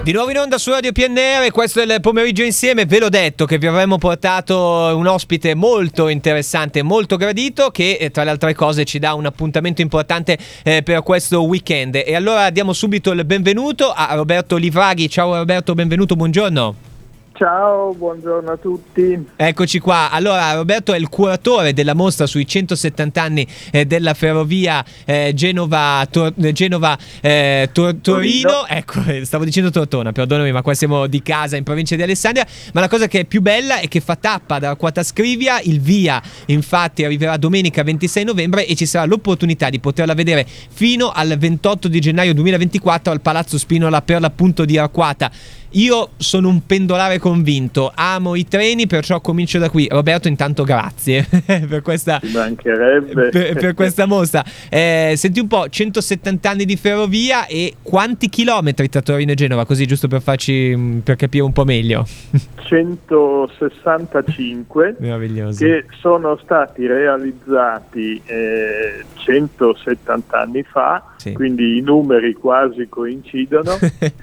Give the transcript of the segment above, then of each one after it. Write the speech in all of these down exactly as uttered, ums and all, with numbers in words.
Di nuovo in onda su Radio P N R, questo è il pomeriggio insieme. Ve l'ho detto che vi avremmo portato un ospite molto interessante, molto gradito, che eh, tra le altre cose ci dà un appuntamento importante eh, per questo weekend. E allora diamo subito il benvenuto a Roberto Livraghi. Ciao Roberto, benvenuto, buongiorno. Ciao, buongiorno a tutti. Eccoci qua. Allora, Roberto è il curatore della mostra sui centosettanta anni eh, della ferrovia eh, Genova, Tor- Genova eh, Tor- Torino. Ecco, stavo dicendo Tortona, perdonami, ma qua siamo di casa in provincia di Alessandria. Ma la cosa che è più bella è che fa tappa da Arquata Scrivia. Il via, infatti, arriverà domenica ventisei novembre e ci sarà l'opportunità di poterla vedere fino al ventotto di gennaio duemilaventiquattro al Palazzo Spinola, per l'appunto di Arquata. Io sono un pendolare convinto, amo i treni, perciò comincio da qui. Roberto, intanto grazie per questa, Ci mancherebbe. per, per questa mostra. Eh, senti un po', centosettanta anni di ferrovia e quanti chilometri tra Torino e Genova, così giusto per farci, per capire un po' meglio. centosessantacinque, meraviglioso, che sono stati realizzati eh, centosettanta anni fa, sì. Quindi i numeri quasi coincidono,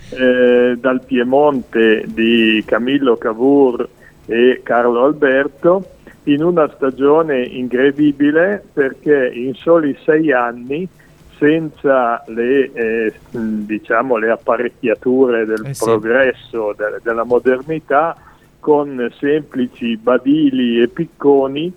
eh, dal Piemonte di Camillo Cavour e Carlo Alberto, in una stagione incredibile perché in soli sei anni, senza le, eh, diciamo, le apparecchiature del eh sì. progresso, de- della modernità, con semplici badili e picconi,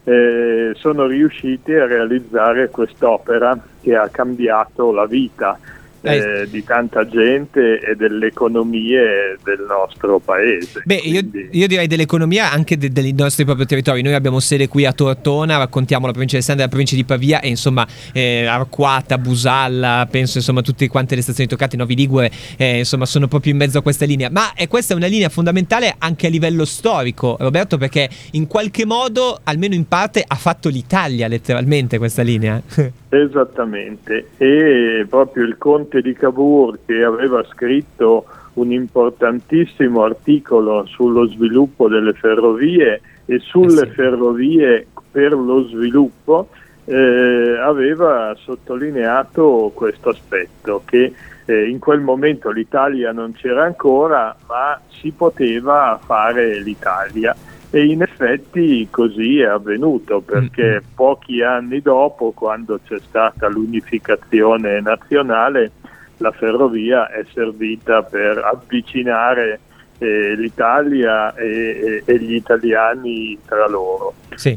eh, sono riusciti a realizzare quest'opera che ha cambiato la vita Eh, di tanta gente e delle economie del nostro paese. Beh, io, io direi dell'economia anche de, dei nostri propri territori. Noi abbiamo sede qui a Tortona, raccontiamo la provincia di Alessandria, la provincia di Pavia e insomma eh, Arquata, Busalla, penso insomma tutte quante le stazioni toccate, Novi Ligure, eh, insomma sono proprio in mezzo a questa linea. Ma è questa è una linea fondamentale anche a livello storico, Roberto, perché in qualche modo, almeno in parte, ha fatto l'Italia letteralmente questa linea. Esattamente, e proprio il conte di Cavour, che aveva scritto un importantissimo articolo sullo sviluppo delle ferrovie e sulle eh sì. ferrovie per lo sviluppo, eh, aveva sottolineato questo aspetto, che eh, in quel momento l'Italia non c'era ancora, ma si poteva fare l'Italia. E in effetti così è avvenuto, perché mm-hmm. pochi anni dopo, quando c'è stata l'unificazione nazionale, la ferrovia è servita per avvicinare eh, l'Italia e, e, e gli italiani tra loro. Sì.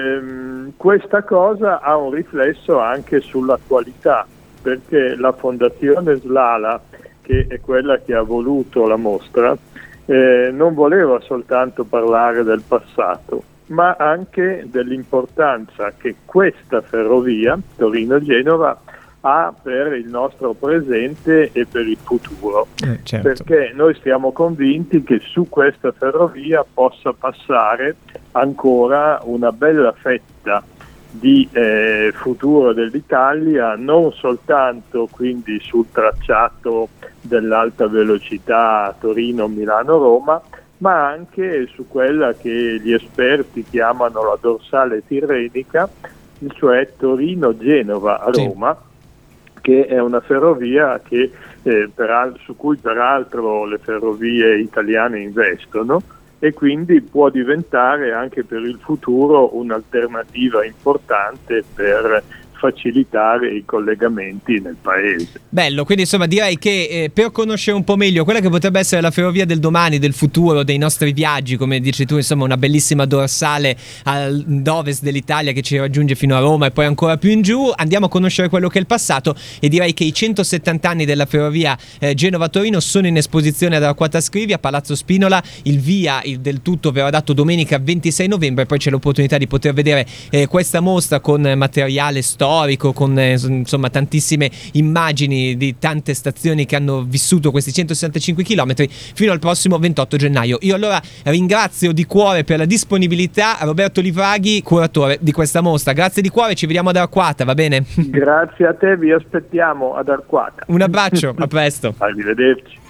Ehm, questa cosa ha un riflesso anche sull'attualità, perché la Fondazione Slala, che è quella che ha voluto la mostra, Eh, non voleva soltanto parlare del passato, ma anche dell'importanza che questa ferrovia Torino-Genova ha per il nostro presente e per il futuro, eh, certo. perché noi stiamo convinti che su questa ferrovia possa passare ancora una bella fetta di eh, futuro dell'Italia, non soltanto quindi sul tracciato dell'alta velocità Torino-Milano-Roma, ma anche su quella che gli esperti chiamano la dorsale tirrenica, cioè Torino-Genova-Roma, sì. che è una ferrovia che, eh, per, su cui peraltro le ferrovie italiane investono, e quindi può diventare anche per il futuro un'alternativa importante per facilitare i collegamenti nel paese. Bello, quindi insomma direi che eh, per conoscere un po' meglio quella che potrebbe essere la ferrovia del domani, del futuro, dei nostri viaggi, come dici tu, insomma una bellissima dorsale ad ovest dell'Italia che ci raggiunge fino a Roma e poi ancora più in giù, andiamo a conoscere quello che è il passato, e direi che i centosettanta anni della ferrovia eh, Genova-Torino sono in esposizione ad Arquata Scrivia, Palazzo Spinola. Il via il del tutto verrà dato domenica ventisei novembre, poi c'è l'opportunità di poter vedere eh, questa mostra con materiale storico, con eh, insomma tantissime immagini di tante stazioni che hanno vissuto questi centosessantacinque chilometri fino al prossimo ventotto gennaio. Io allora ringrazio di cuore per la disponibilità Roberto Livraghi, curatore di questa mostra. Grazie di cuore, ci vediamo ad Arquata, va bene? Grazie a te, vi aspettiamo ad Arquata. Un abbraccio, a presto. Arrivederci.